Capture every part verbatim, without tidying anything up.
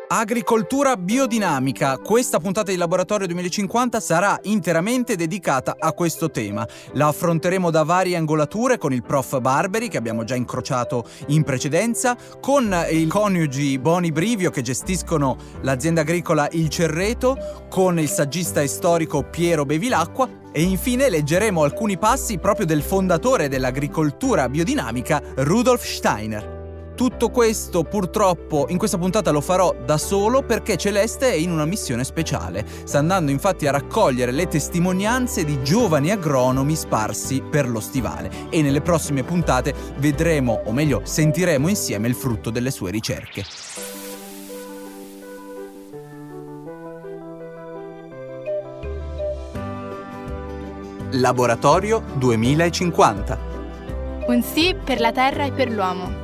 Agricoltura biodinamica. Questa puntata di Laboratorio duemilacinquanta sarà interamente dedicata a questo tema. La affronteremo da varie angolature con il prof Barberi, che abbiamo già incrociato in precedenza, con i coniugi Boni Brivio che gestiscono l'azienda agricola Il Cerreto, con il saggista e storico Piero Bevilacqua e infine leggeremo alcuni passi proprio del fondatore dell'agricoltura biodinamica, Rudolf Steiner. Tutto questo purtroppo in questa puntata lo farò da solo perché Celeste è in una missione speciale. Sta andando infatti a raccogliere le testimonianze di giovani agronomi sparsi per lo stivale e nelle prossime puntate vedremo, o meglio sentiremo insieme il frutto delle sue ricerche. Laboratorio duemilacinquanta. Un sì per la terra e per l'uomo.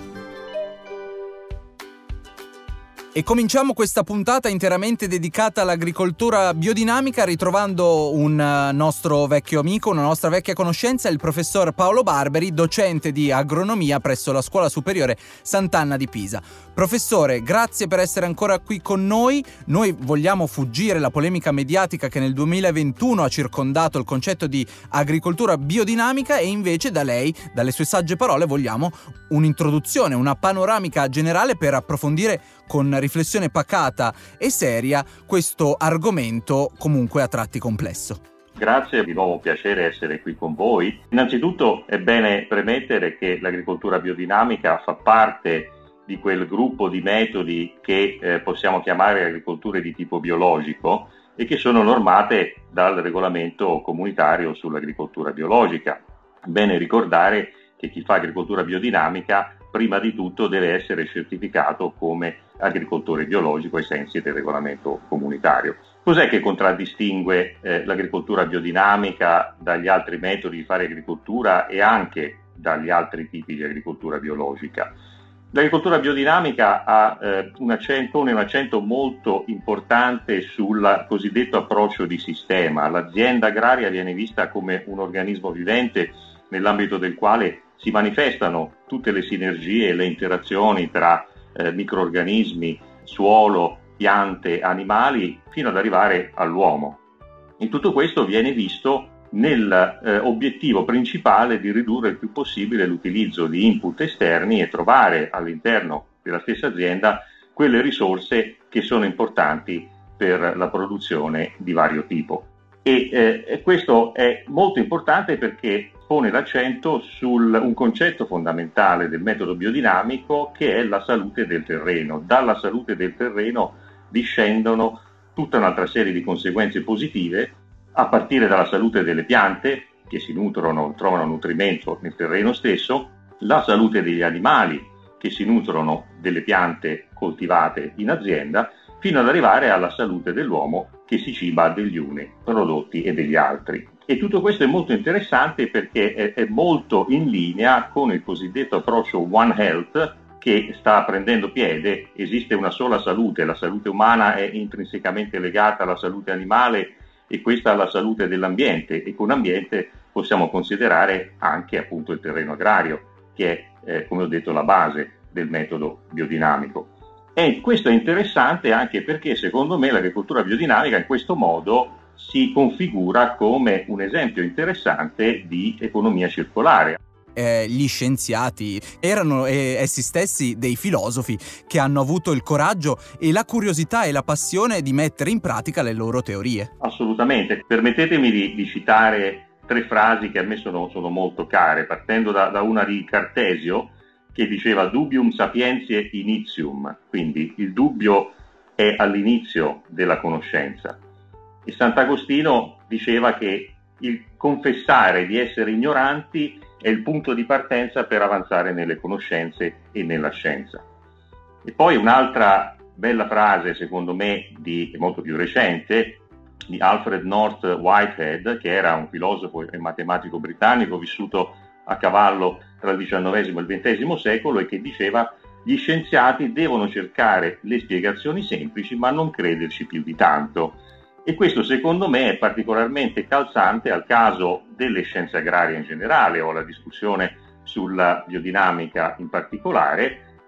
E cominciamo questa puntata interamente dedicata all'agricoltura biodinamica ritrovando un nostro vecchio amico, una nostra vecchia conoscenza, il professor Paolo Barberi, docente di agronomia presso la Scuola Superiore Sant'Anna di Pisa. Professore, grazie per essere ancora qui con noi. Noi vogliamo fuggire la polemica mediatica che nel duemilaventuno ha circondato il concetto di agricoltura biodinamica e invece da lei, dalle sue sagge parole, vogliamo un'introduzione, una panoramica generale per approfondire con riflessione pacata e seria questo argomento comunque a tratti complesso. Grazie, è di nuovo un piacere essere qui con voi. Innanzitutto è bene premettere che l'agricoltura biodinamica fa parte di quel gruppo di metodi che eh, possiamo chiamare agricolture di tipo biologico e che sono normate dal regolamento comunitario sull'agricoltura biologica. Bene ricordare che chi fa agricoltura biodinamica prima di tutto deve essere certificato come agricoltore biologico ai sensi del regolamento comunitario. Cos'è che contraddistingue eh, l'agricoltura biodinamica dagli altri metodi di fare agricoltura e anche dagli altri tipi di agricoltura biologica? L'agricoltura biodinamica ha eh, un accento, un accento molto importante sul cosiddetto approccio di sistema. L'azienda agraria viene vista come un organismo vivente nell'ambito del quale si manifestano tutte le sinergie e le interazioni tra eh, microrganismi, suolo, piante, animali, fino ad arrivare all'uomo. E tutto questo viene visto nell'obiettivo eh, principale di ridurre il più possibile l'utilizzo di input esterni e trovare all'interno della stessa azienda quelle risorse che sono importanti per la produzione di vario tipo. E eh, questo è molto importante perché pone l'accento su un concetto fondamentale del metodo biodinamico che è la salute del terreno. Dalla salute del terreno discendono tutta un'altra serie di conseguenze positive, a partire dalla salute delle piante che si nutrono, trovano nutrimento nel terreno stesso, la salute degli animali che si nutrono delle piante coltivate in azienda, fino ad arrivare alla salute dell'uomo che si ciba degli uni prodotti e degli altri. E tutto questo è molto interessante perché è, è molto in linea con il cosiddetto approccio One Health che sta prendendo piede. Esiste una sola salute, la salute umana è intrinsecamente legata alla salute animale e questa alla salute dell'ambiente, e con ambiente possiamo considerare anche appunto il terreno agrario, che è, eh, come ho detto, la base del metodo biodinamico. E questo è interessante anche perché secondo me l'agricoltura biodinamica in questo modo si configura come un esempio interessante di economia circolare. Eh, gli scienziati erano eh, essi stessi dei filosofi che hanno avuto il coraggio e la curiosità e la passione di mettere in pratica le loro teorie. Assolutamente. Permettetemi di, di citare tre frasi che a me sono, sono molto care, partendo da, da una di Cartesio che diceva dubium sapientiae initium, quindi il dubbio è all'inizio della conoscenza. E Sant'Agostino diceva che il confessare di essere ignoranti è il punto di partenza per avanzare nelle conoscenze e nella scienza. E poi un'altra bella frase, secondo me, di molto più recente, di Alfred North Whitehead, che era un filosofo e matematico britannico vissuto a cavallo tra il diciannovesimo e il ventesimo secolo e che diceva: gli scienziati devono cercare le spiegazioni semplici ma non crederci più di tanto. E questo secondo me è particolarmente calzante al caso delle scienze agrarie in generale o alla discussione sulla biodinamica in particolare,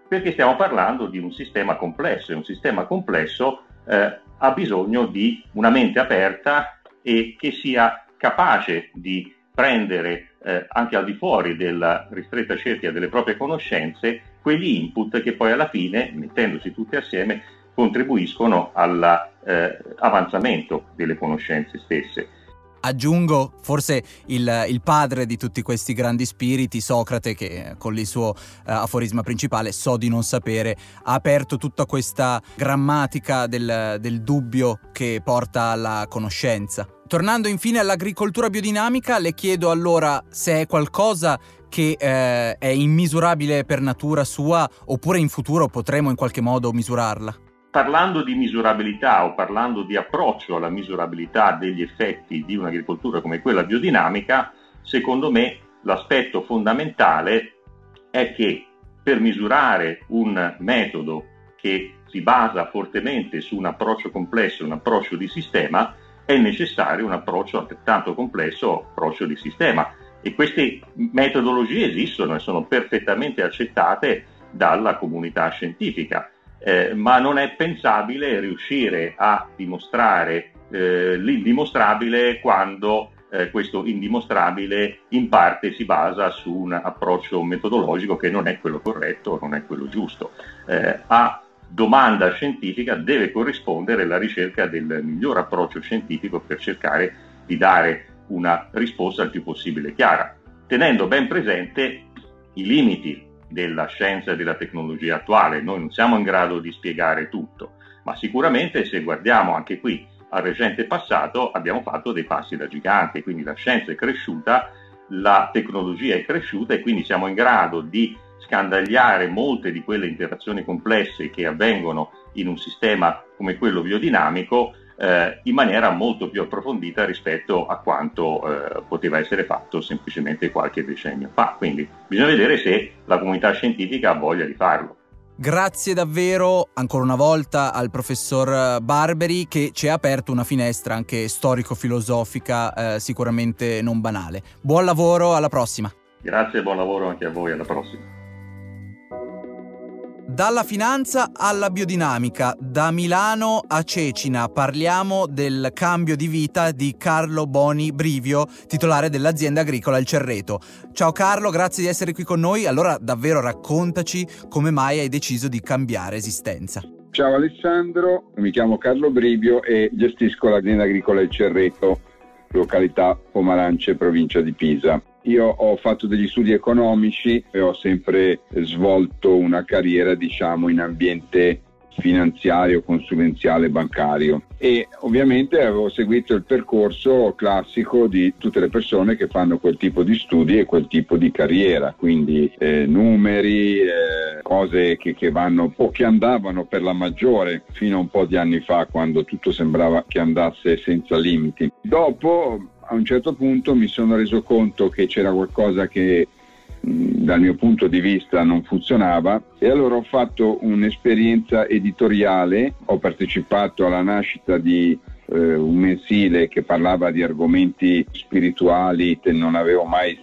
Perché stiamo parlando di un sistema complesso, e un sistema complesso eh, ha bisogno di una mente aperta e che sia capace di prendere eh, anche al di fuori della ristretta cerchia delle proprie conoscenze quegli input che poi alla fine, mettendosi tutti assieme, contribuiscono all'avanzamento eh, delle conoscenze stesse. Aggiungo forse il, il padre di tutti questi grandi spiriti, Socrate, che con il suo uh, aforisma principale, so di non sapere, ha aperto tutta questa grammatica del, del dubbio che porta alla conoscenza. Tornando infine all'agricoltura biodinamica, le chiedo allora se è qualcosa che eh, è immisurabile per natura sua, oppure in futuro potremo in qualche modo misurarla. Parlando di misurabilità o parlando di approccio alla misurabilità degli effetti di un'agricoltura come quella biodinamica, secondo me l'aspetto fondamentale è che per misurare un metodo che si basa fortemente su un approccio complesso, un approccio di sistema, è necessario un approccio altrettanto complesso, approccio di sistema. E queste metodologie esistono e sono perfettamente accettate dalla comunità scientifica. Eh, ma non è pensabile riuscire a dimostrare eh, l'indimostrabile quando eh, questo indimostrabile in parte si basa su un approccio metodologico che non è quello corretto, non è quello giusto. Eh, a domanda scientifica deve corrispondere la ricerca del miglior approccio scientifico per cercare di dare una risposta il più possibile chiara, tenendo ben presente i limiti della scienza e della tecnologia attuale. Noi non siamo in grado di spiegare tutto, ma sicuramente se guardiamo anche qui al recente passato abbiamo fatto dei passi da gigante, quindi la scienza è cresciuta, la tecnologia è cresciuta e quindi siamo in grado di scandagliare molte di quelle interazioni complesse che avvengono in un sistema come quello biodinamico eh, in maniera molto più approfondita rispetto a quanto eh, poteva essere fatto semplicemente qualche decennio fa. Quindi bisogna vedere se la comunità scientifica ha voglia di farlo. Grazie davvero ancora una volta al professor Barberi, che ci ha aperto una finestra anche storico-filosofica eh, sicuramente non banale. Buon lavoro, alla prossima. Grazie e buon lavoro anche a voi, alla prossima. Dalla finanza alla biodinamica, da Milano a Cecina, parliamo del cambio di vita di Carlo Boni Brivio, titolare dell'azienda agricola Il Cerreto. Ciao Carlo, grazie di essere qui con noi. Allora davvero raccontaci come mai hai deciso di cambiare esistenza. Ciao Alessandro, mi chiamo Carlo Brivio e gestisco l'azienda agricola Il Cerreto, località Pomarance, provincia di Pisa. Io ho fatto degli studi economici e ho sempre svolto una carriera, diciamo, in ambiente finanziario, consulenziale, bancario, e ovviamente avevo seguito il percorso classico di tutte le persone che fanno quel tipo di studi e quel tipo di carriera, quindi eh, numeri, eh, cose che, che vanno o che andavano per la maggiore fino a un po' di anni fa, quando tutto sembrava che andasse senza limiti. Dopo, a un certo punto, mi sono reso conto che c'era qualcosa che dal mio punto di vista non funzionava, e allora ho fatto un'esperienza editoriale. Ho partecipato alla nascita di eh, un mensile che parlava di argomenti spirituali che non avevo mai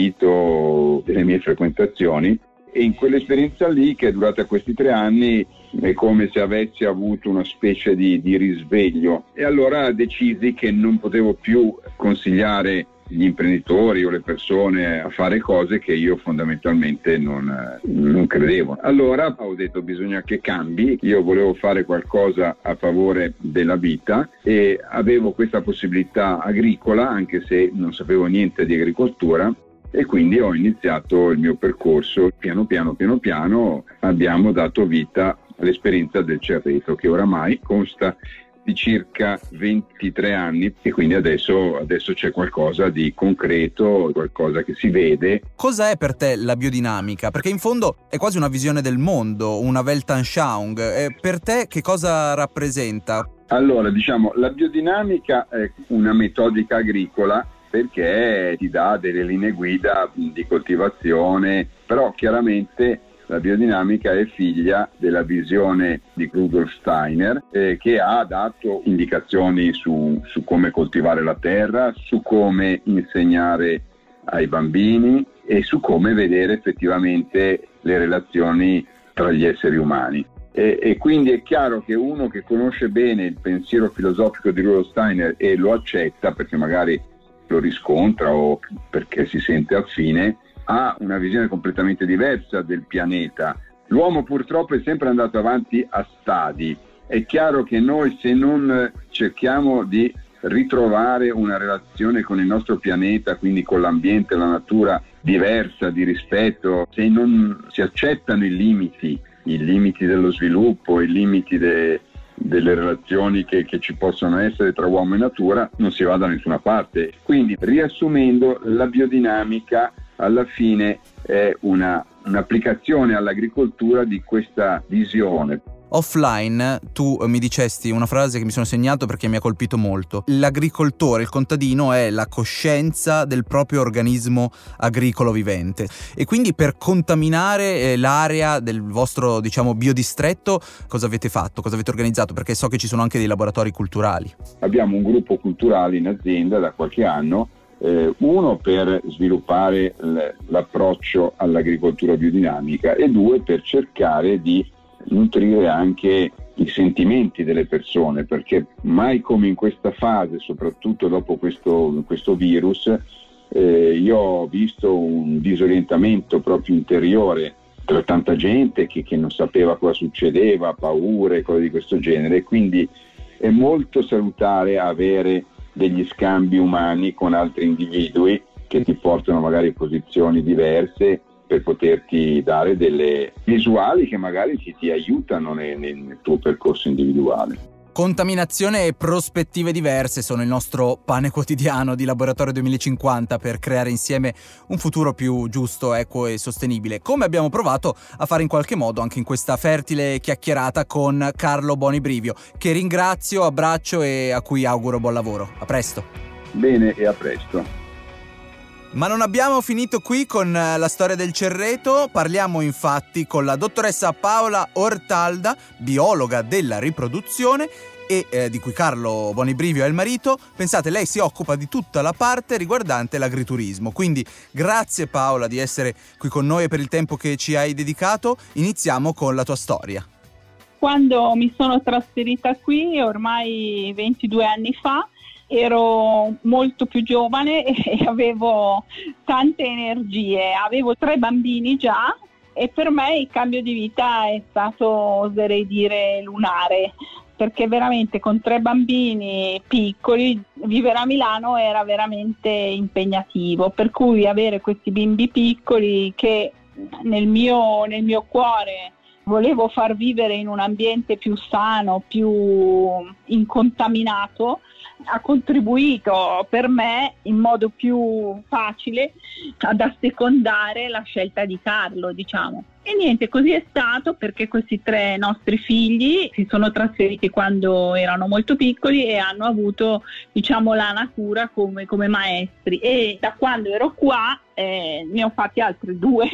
sentito delle mie frequentazioni, e in quell'esperienza lì, che è durata questi tre anni, è come se avessi avuto una specie di, di risveglio, e allora decisi che non potevo più consigliare gli imprenditori o le persone a fare cose che io fondamentalmente non, non credevo. Allora ho detto: bisogna che cambi. Io volevo fare qualcosa a favore della vita e avevo questa possibilità agricola, anche se non sapevo niente di agricoltura, e quindi ho iniziato il mio percorso. Piano piano piano piano abbiamo dato vita all'esperienza del Cerreto, che oramai consta di circa ventitré anni, e quindi adesso, adesso c'è qualcosa di concreto, qualcosa che si vede. Cosa è per te la biodinamica? Perché in fondo è quasi una visione del mondo, una Weltanschauung. E per te che cosa rappresenta? Allora, diciamo, la biodinamica è una metodica agricola perché ti dà delle linee guida di coltivazione, però chiaramente la biodinamica è figlia della visione di Rudolf Steiner, eh, che ha dato indicazioni su, su come coltivare la terra, su come insegnare ai bambini e su come vedere effettivamente le relazioni tra gli esseri umani. E, e quindi è chiaro che uno che conosce bene il pensiero filosofico di Rudolf Steiner e lo accetta perché magari lo riscontra o perché si sente affine, ha una visione completamente diversa del pianeta. L'uomo purtroppo è sempre andato avanti a stadi. È chiaro che noi, se non cerchiamo di ritrovare una relazione con il nostro pianeta, quindi con l'ambiente, la natura diversa, di rispetto, se non si accettano i limiti, i limiti dello sviluppo, i limiti de, delle relazioni che, che ci possono essere tra uomo e natura, non si va da nessuna parte. Quindi, riassumendo, la biodinamica alla fine è una, un'applicazione all'agricoltura di questa visione. Offline tu mi dicesti una frase che mi sono segnato perché mi ha colpito molto. L'agricoltore, il contadino è la coscienza del proprio organismo agricolo vivente, e quindi per contaminare eh, l'area del vostro, diciamo, biodistretto cosa avete fatto? Cosa avete organizzato? Perché so che ci sono anche dei laboratori culturali. Abbiamo un gruppo culturale in azienda da qualche anno, eh, uno per sviluppare l- l'approccio all'agricoltura biodinamica e due per cercare di nutrire anche i sentimenti delle persone, perché mai come in questa fase, soprattutto dopo questo, questo virus, eh, io ho visto un disorientamento proprio interiore tra tanta gente che, che non sapeva cosa succedeva, paure, cose di questo genere. Quindi è molto salutare avere degli scambi umani con altri individui che ti portano magari a posizioni diverse, per poterti dare delle visuali che magari ti, ti aiutano nel, nel tuo percorso individuale. Contaminazione e prospettive diverse sono il nostro pane quotidiano di Laboratorio duemilacinquanta per creare insieme un futuro più giusto, equo e sostenibile, come abbiamo provato a fare in qualche modo anche in questa fertile chiacchierata con Carlo Boni Brivio, che ringrazio, abbraccio e a cui auguro buon lavoro. A presto. Bene, e a presto. Ma non abbiamo finito qui con la storia del cerreto. Parliamo infatti con la dottoressa Paola Ortalda, biologa della riproduzione e eh, di cui Carlo Boni Brivio è il marito. Pensate, lei si occupa di tutta la parte riguardante l'agriturismo. Quindi grazie Paola di essere qui con noi e per il tempo che ci hai dedicato. Iniziamo con la tua storia. Quando mi sono trasferita qui, ormai ventidue anni fa, ero molto più giovane e avevo tante energie, avevo tre bambini già e per me il cambio di vita è stato, oserei dire, lunare, perché veramente con tre bambini piccoli vivere a Milano era veramente impegnativo, per cui avere questi bimbi piccoli che nel mio, nel mio cuore volevo far vivere in un ambiente più sano, più incontaminato, ha contribuito per me in modo più facile ad assecondare la scelta di Carlo, diciamo. E niente, così è stato, perché questi tre nostri figli si sono trasferiti quando erano molto piccoli e hanno avuto, diciamo, la natura come, come maestri, e da quando ero qua eh, ne ho fatti altri due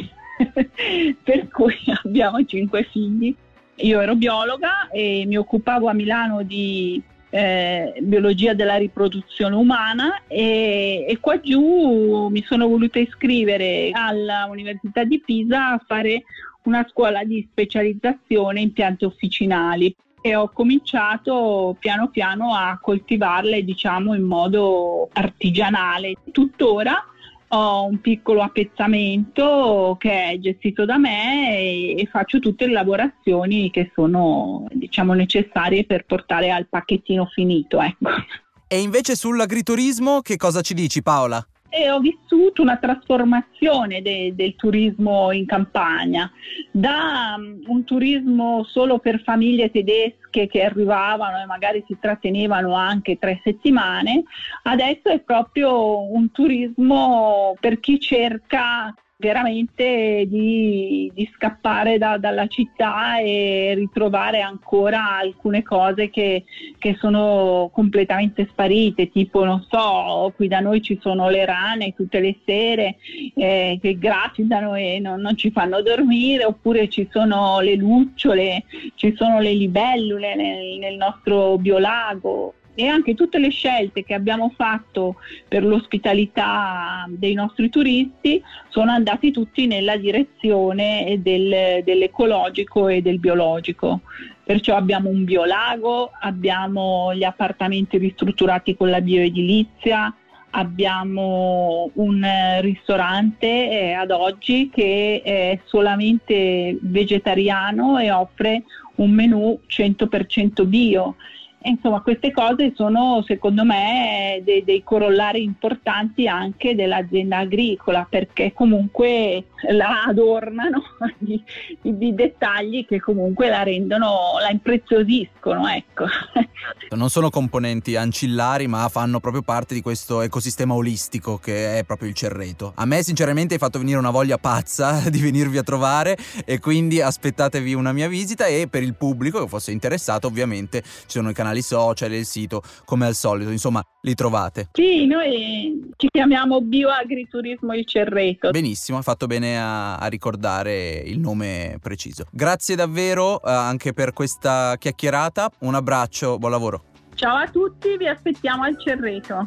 per cui abbiamo cinque figli. Io ero biologa e mi occupavo a Milano di Eh, biologia della riproduzione umana e, e qua giù mi sono voluta iscrivere all'Università di Pisa a fare una scuola di specializzazione in piante officinali e ho cominciato piano piano a coltivarle, diciamo, in modo artigianale. Tuttora ho un piccolo appezzamento che è gestito da me e, e faccio tutte le lavorazioni che sono, diciamo, necessarie per portare al pacchettino finito, ecco. E invece sull'agriturismo che cosa ci dici, Paola? E ho vissuto una trasformazione de, del turismo in campagna, da um, un turismo solo per famiglie tedesche che arrivavano e magari si trattenevano anche tre settimane, adesso è proprio un turismo per chi cerca veramente di, di scappare da, dalla città e ritrovare ancora alcune cose che, che sono completamente sparite, tipo, non so, qui da noi ci sono le rane tutte le sere eh, che grattano e non, non ci fanno dormire, oppure ci sono le lucciole, ci sono le libellule nel, nel nostro biolago. e anche tutte le scelte che abbiamo fatto per l'ospitalità dei nostri turisti sono andati tutti nella direzione del, dell'ecologico e del biologico. Perciò abbiamo un biolago, abbiamo gli appartamenti ristrutturati con la bioedilizia, abbiamo un ristorante eh, ad oggi che è solamente vegetariano e offre un menù cento per cento bio. E insomma, queste cose sono secondo me dei, dei corollari importanti anche dell'azienda agricola, perché comunque la adornano di, di dettagli che comunque la rendono, la impreziosiscono, ecco. Non sono componenti ancillari, ma fanno proprio parte di questo ecosistema olistico che è proprio il Cerreto. A me sinceramente hai fatto venire una voglia pazza di venirvi a trovare, e quindi aspettatevi una mia visita, e per il pubblico che fosse interessato ovviamente ci sono i canali social e il sito come al solito, insomma li trovate. Sì, noi ci chiamiamo Bioagriturismo il Cerreto. Benissimo, hai fatto bene a, a ricordare il nome preciso. Grazie davvero eh, anche per questa chiacchierata, un abbraccio, buon lavoro. Ciao a tutti, vi aspettiamo al Cerreto.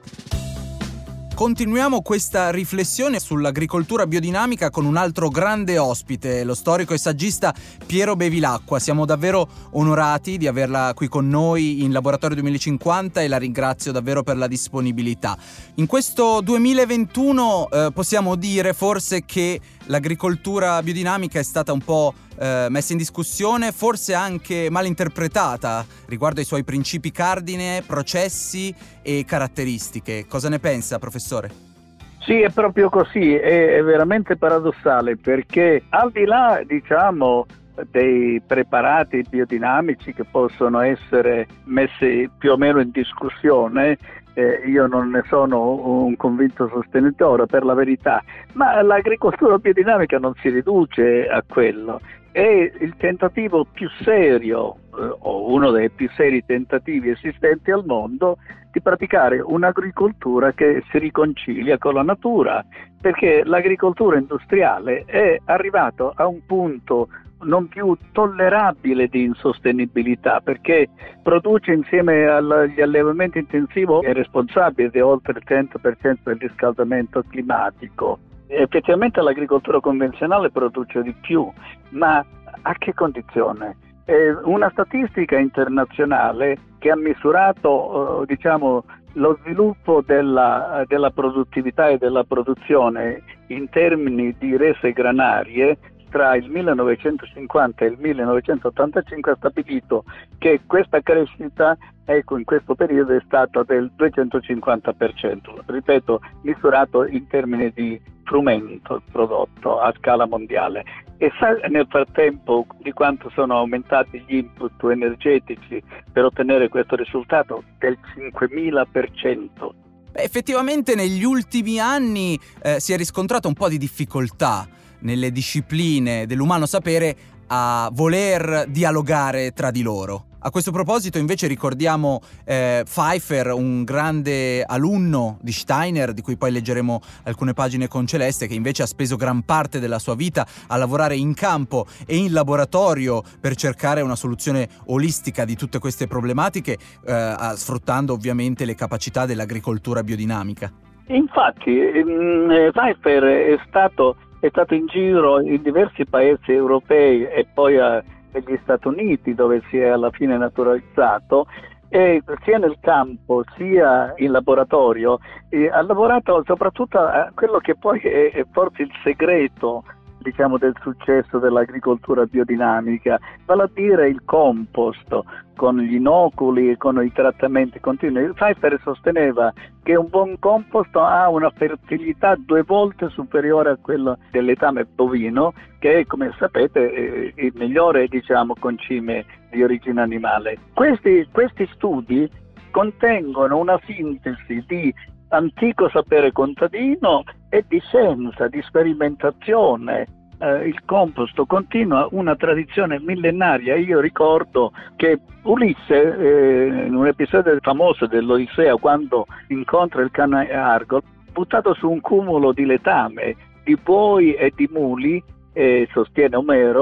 Continuiamo questa riflessione sull'agricoltura biodinamica con un altro grande ospite, lo storico e saggista Piero Bevilacqua. Siamo davvero onorati di averla qui con noi in Laboratorio duemilacinquanta e la ringrazio davvero per la disponibilità. In questo duemilaventuno eh, possiamo dire forse che l'agricoltura biodinamica è stata un po' eh, messa in discussione, forse anche mal interpretata riguardo ai suoi principi cardine, processi e caratteristiche. Cosa ne pensa, professore? Sì, è proprio così, è, è veramente paradossale, perché al di là, diciamo, dei preparati biodinamici che possono essere messi più o meno in discussione, Eh, io non ne sono un convinto sostenitore, per la verità, ma l'agricoltura biodinamica non si riduce a quello. È il tentativo più serio, eh, o uno dei più seri tentativi esistenti al mondo, di praticare un'agricoltura che si riconcilia con la natura, perché l'agricoltura industriale è arrivato a un punto non più tollerabile di insostenibilità, perché produce, insieme agli allevamenti intensivi, è responsabile di oltre il cento per cento del riscaldamento climatico. Effettivamente l'agricoltura convenzionale produce di più, ma a che condizione? Eh, una statistica internazionale che ha misurato eh, diciamo lo sviluppo della, della produttività e della produzione in termini di rese granarie tra il millenovecentocinquanta e il millenovecentottantacinque ha stabilito che questa crescita, ecco, in questo periodo è stata del duecentocinquanta per cento, ripeto, misurato in termini di frumento prodotto a scala mondiale. E sa nel frattempo di quanto sono aumentati gli input energetici per ottenere questo risultato? Del cinquemila per cento. Beh, effettivamente negli ultimi anni eh, si è riscontrato un po' di difficoltà nelle discipline dell'umano sapere a voler dialogare tra di loro. A questo proposito invece ricordiamo eh, Pfeiffer, un grande alunno di Steiner, di cui poi leggeremo alcune pagine con Celeste, che invece ha speso gran parte della sua vita a lavorare in campo e in laboratorio per cercare una soluzione olistica di tutte queste problematiche, eh, sfruttando ovviamente le capacità dell'agricoltura biodinamica. Infatti mh, Pfeiffer è stato è stato in giro in diversi paesi europei e poi a, negli Stati Uniti, dove si è alla fine naturalizzato, e sia nel campo sia in laboratorio e ha lavorato soprattutto a quello che poi è, è forse il segreto, diciamo, del successo dell'agricoltura biodinamica, vale a dire il compost, con gli inoculi e con i trattamenti continui. Pfeiffer sosteneva che un buon compost ha una fertilità due volte superiore a quella del letame bovino, che è, come sapete, il migliore, diciamo, concime di origine animale. Questi, questi studi contengono una sintesi di antico sapere contadino e di scienza, di sperimentazione. Eh, il compost continua una tradizione millenaria. Io ricordo che Ulisse, eh, in un episodio famoso dell'Odissea, quando incontra il cane Argo, buttato su un cumulo di letame, di buoi e di muli, eh, sostiene Omero,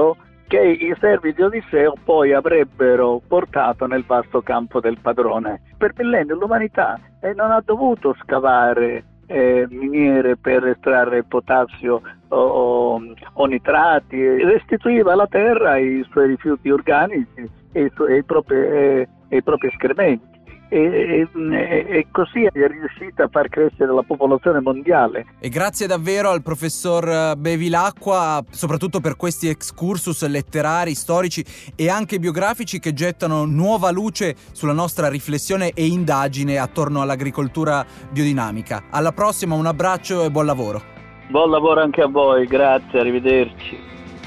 che i servi di Odisseo poi avrebbero portato nel vasto campo del padrone. Per millenni l'umanità eh, non ha dovuto scavare eh, miniere per estrarre potassio o, o, o nitrati, restituiva alla terra i suoi rifiuti organici e i, suoi, e i, propri, e, e i propri escrementi. E, e, e così è riuscita a far crescere la popolazione mondiale. E grazie davvero al professor Bevilacqua, soprattutto per questi excursus letterari, storici e anche biografici che gettano nuova luce sulla nostra riflessione e indagine attorno all'agricoltura biodinamica. Alla prossima, un abbraccio e buon lavoro. Buon lavoro anche a voi, grazie, arrivederci.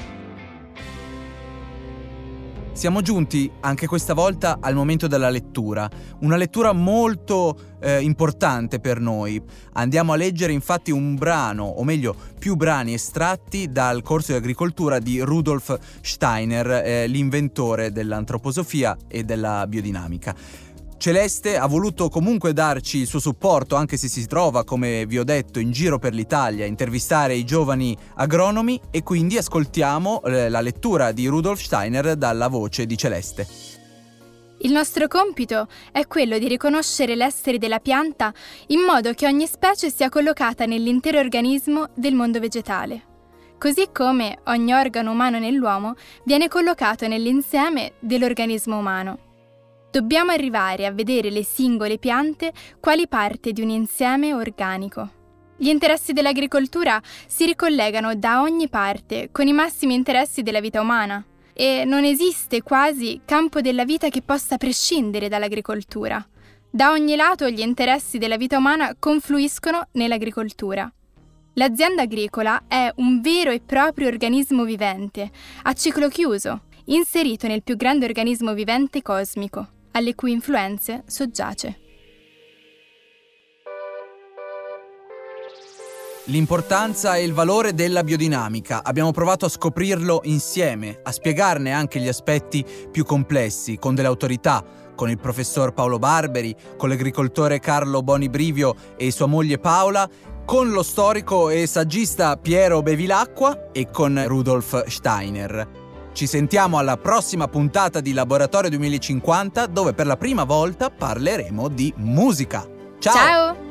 Siamo giunti anche questa volta al momento della lettura, una lettura molto eh, importante per noi. Andiamo a leggere infatti un brano, o meglio più brani estratti dal corso di agricoltura di Rudolf Steiner, eh, l'inventore dell'antroposofia e della biodinamica. Celeste ha voluto comunque darci il suo supporto, anche se si trova, come vi ho detto, in giro per l'Italia, a intervistare i giovani agronomi, e quindi ascoltiamo eh, la lettura di Rudolf Steiner dalla voce di Celeste. Il nostro compito è quello di riconoscere l'essere della pianta in modo che ogni specie sia collocata nell'intero organismo del mondo vegetale, così come ogni organo umano nell'uomo viene collocato nell'insieme dell'organismo umano. Dobbiamo arrivare a vedere le singole piante quali parte di un insieme organico. Gli interessi dell'agricoltura si ricollegano da ogni parte con i massimi interessi della vita umana e non esiste quasi campo della vita che possa prescindere dall'agricoltura. Da ogni lato gli interessi della vita umana confluiscono nell'agricoltura. L'azienda agricola è un vero e proprio organismo vivente, a ciclo chiuso, inserito nel più grande organismo vivente cosmico, alle cui influenze soggiace. L'importanza e il valore della biodinamica. Abbiamo provato a scoprirlo insieme, a spiegarne anche gli aspetti più complessi, con delle autorità, con il professor Paolo Barberi, con l'agricoltore Carlo Boni Brivio e sua moglie Paola, con lo storico e saggista Piero Bevilacqua e con Rudolf Steiner. Ci sentiamo alla prossima puntata di Laboratorio duemilacinquanta, dove per la prima volta parleremo di musica. Ciao! Ciao!